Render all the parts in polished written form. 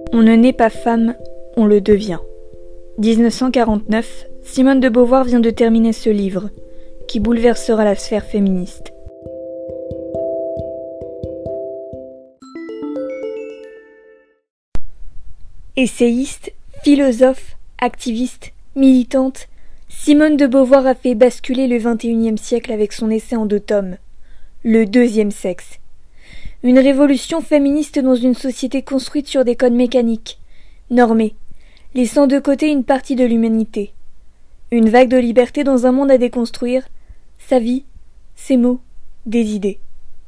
On ne naît pas femme, on le devient. 1949, Simone de Beauvoir vient de terminer ce livre, qui bouleversera la sphère féministe. Essayiste, philosophe, activiste, militante, Simone de Beauvoir a fait basculer le XXIe siècle avec son essai en 2 tomes, Le deuxième sexe. Une révolution féministe dans une société construite sur des codes mécaniques, normés, laissant de côté une partie de l'humanité. Une vague de liberté dans un monde à déconstruire, sa vie, ses mots, des idées.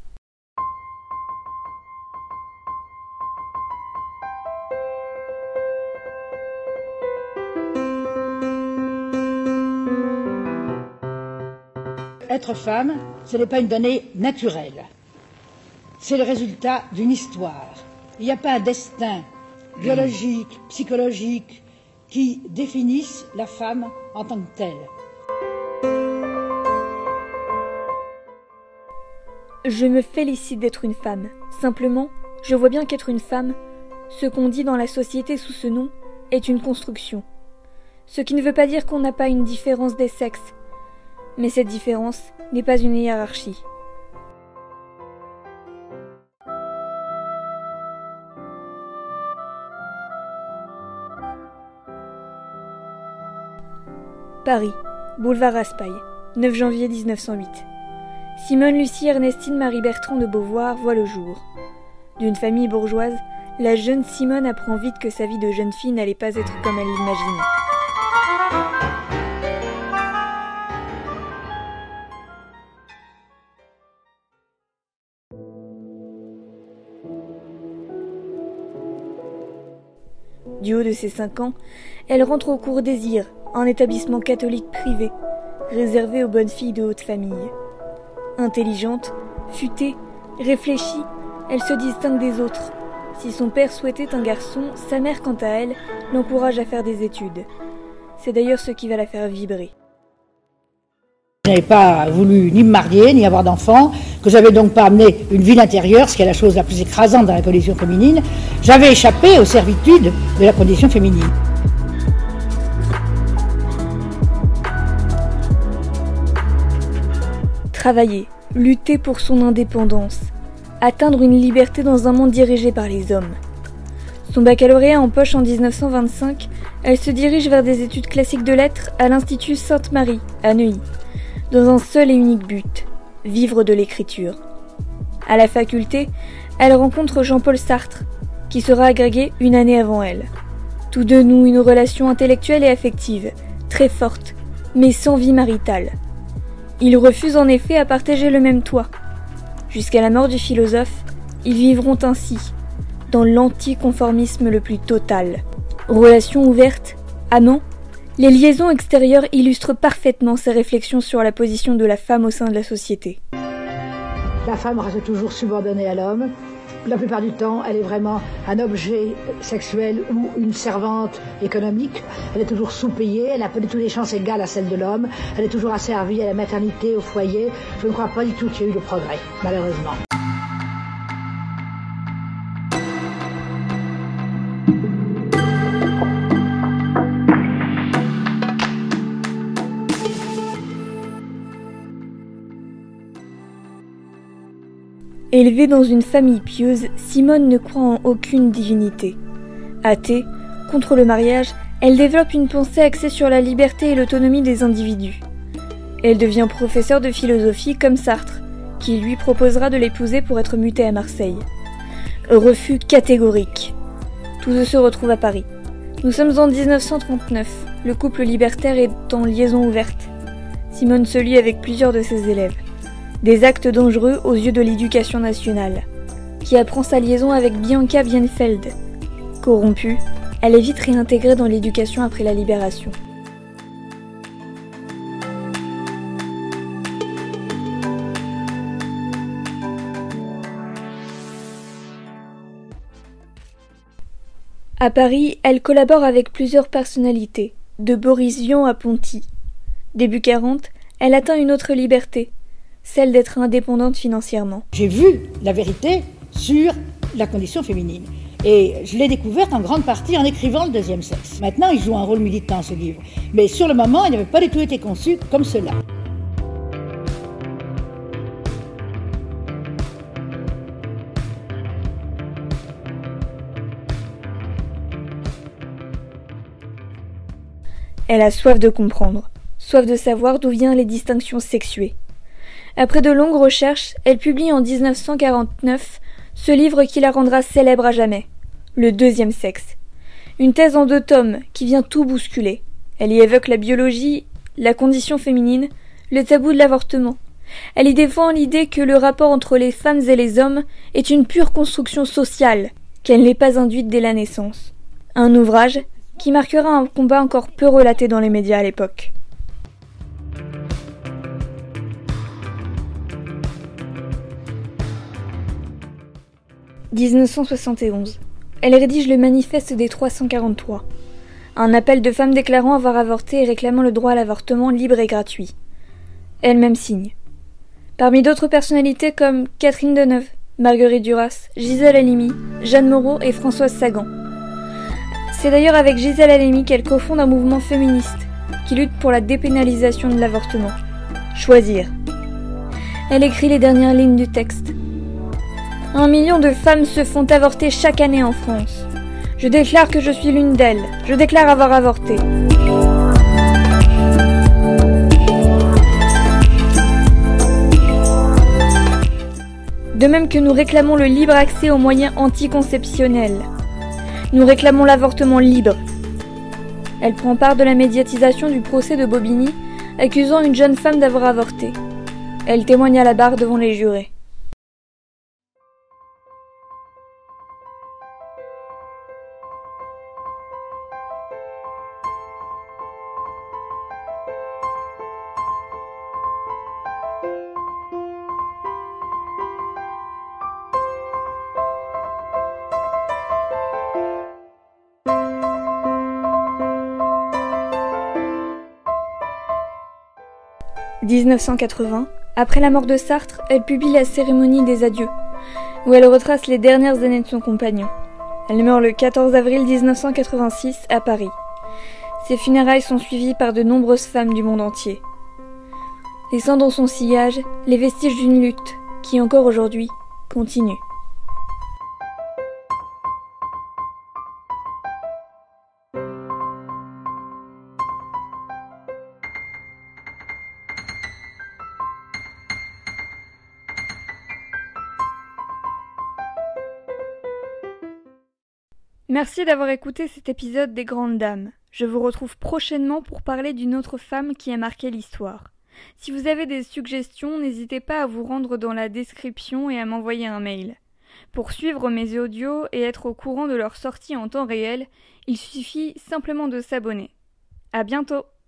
Être femme, ce n'est pas une donnée naturelle. C'est le résultat d'une histoire. Il n'y a pas un destin biologique, psychologique, qui définisse la femme en tant que telle. Je me félicite d'être une femme. Simplement, je vois bien qu'être une femme, ce qu'on dit dans la société sous ce nom, est une construction. Ce qui ne veut pas dire qu'on n'a pas une différence des sexes. Mais cette différence n'est pas une hiérarchie. Paris, boulevard Raspail, 9 janvier 1908. Simone Lucie Ernestine Marie Bertrand de Beauvoir voit le jour. D'une famille bourgeoise, la jeune Simone apprend vite que sa vie de jeune fille n'allait pas être comme elle l'imaginait. Du haut de ses 5 ans, elle rentre au cours Désir, un établissement catholique privé, réservé aux bonnes filles de haute famille. Intelligente, futée, réfléchie, elle se distingue des autres. Si son père souhaitait un garçon, sa mère, quant à elle, l'encourage à faire des études. C'est d'ailleurs ce qui va la faire vibrer. Je n'avais pas voulu ni me marier, ni avoir d'enfants, que j'avais donc pas amené une vie intérieure, ce qui est la chose la plus écrasante dans la condition féminine. J'avais échappé aux servitudes de la condition féminine. Travailler, lutter pour son indépendance, atteindre une liberté dans un monde dirigé par les hommes. Son baccalauréat en poche en 1925, elle se dirige vers des études classiques de lettres à l'Institut Sainte-Marie, à Neuilly, dans un seul et unique but, vivre de l'écriture. À la faculté, elle rencontre Jean-Paul Sartre, qui sera agrégé une année avant elle. Tous deux nouent une relation intellectuelle et affective, très forte, mais sans vie maritale. Ils refusent en effet à partager le même toit. Jusqu'à la mort du philosophe, ils vivront ainsi, dans l'anticonformisme le plus total. Relations ouvertes, amants, les liaisons extérieures illustrent parfaitement ses réflexions sur la position de la femme au sein de la société. La femme reste toujours subordonnée à l'homme. La plupart du temps, elle est vraiment un objet sexuel ou une servante économique. Elle est toujours sous-payée, elle n'a pas du tout des chances égales à celles de l'homme. Elle est toujours asservie à la maternité, au foyer. Je ne crois pas du tout qu'il y ait eu de progrès, malheureusement. Élevée dans une famille pieuse, Simone ne croit en aucune divinité. Athée, contre le mariage, elle développe une pensée axée sur la liberté et l'autonomie des individus. Elle devient professeure de philosophie comme Sartre, qui lui proposera de l'épouser pour être mutée à Marseille. Refus catégorique. Tous se retrouvent à Paris. Nous sommes en 1939, le couple libertaire est en liaison ouverte. Simone se lie avec plusieurs de ses élèves. Des actes dangereux aux yeux de l'éducation nationale, qui apprend sa liaison avec Bianca Bienfeld. Corrompue, elle est vite réintégrée dans l'éducation après la libération. À Paris, elle collabore avec plusieurs personnalités, de Boris Vian à Ponty. Début 40, elle atteint une autre liberté, celle d'être indépendante financièrement. J'ai vu la vérité sur la condition féminine. Et je l'ai découverte en grande partie en écrivant Le deuxième sexe. Maintenant, il joue un rôle militant, ce livre. Mais sur le moment, il n'avait pas du tout été conçu comme cela. Elle a soif de comprendre, soif de savoir d'où viennent les distinctions sexuées. Après de longues recherches, elle publie en 1949 ce livre qui la rendra célèbre à jamais, Le deuxième sexe. Une thèse en 2 tomes qui vient tout bousculer. Elle y évoque la biologie, la condition féminine, le tabou de l'avortement. Elle y défend l'idée que le rapport entre les femmes et les hommes est une pure construction sociale, qu'elle n'est pas induite dès la naissance. Un ouvrage qui marquera un combat encore peu relaté dans les médias à l'époque. « 1971. Elle rédige le manifeste des 343, un appel de femmes déclarant avoir avorté et réclamant le droit à l'avortement libre et gratuit. Elle-même signe. Parmi d'autres personnalités comme Catherine Deneuve, Marguerite Duras, Gisèle Halimi, Jeanne Moreau et Françoise Sagan. C'est d'ailleurs avec Gisèle Halimi qu'elle cofonde un mouvement féministe qui lutte pour la dépénalisation de l'avortement. Choisir. Elle écrit les dernières lignes du texte. 1 million de femmes se font avorter chaque année en France. Je déclare que je suis l'une d'elles. Je déclare avoir avorté. De même que nous réclamons le libre accès aux moyens anticonceptionnels. Nous réclamons l'avortement libre. Elle prend part de la médiatisation du procès de Bobigny, accusant une jeune femme d'avoir avorté. Elle témoigne à la barre devant les jurés. « 1980, après la mort de Sartre, elle publie La cérémonie des adieux, où elle retrace les dernières années de son compagnon. Elle meurt le 14 avril 1986 à Paris. Ses funérailles sont suivies par de nombreuses femmes du monde entier, laissant dans son sillage les vestiges d'une lutte qui, encore aujourd'hui, continue. Merci d'avoir écouté cet épisode des Grandes Dames. Je vous retrouve prochainement pour parler d'une autre femme qui a marqué l'histoire. Si vous avez des suggestions, n'hésitez pas à vous rendre dans la description et à m'envoyer un mail. Pour suivre mes audios et être au courant de leur sortie en temps réel, il suffit simplement de s'abonner. À bientôt!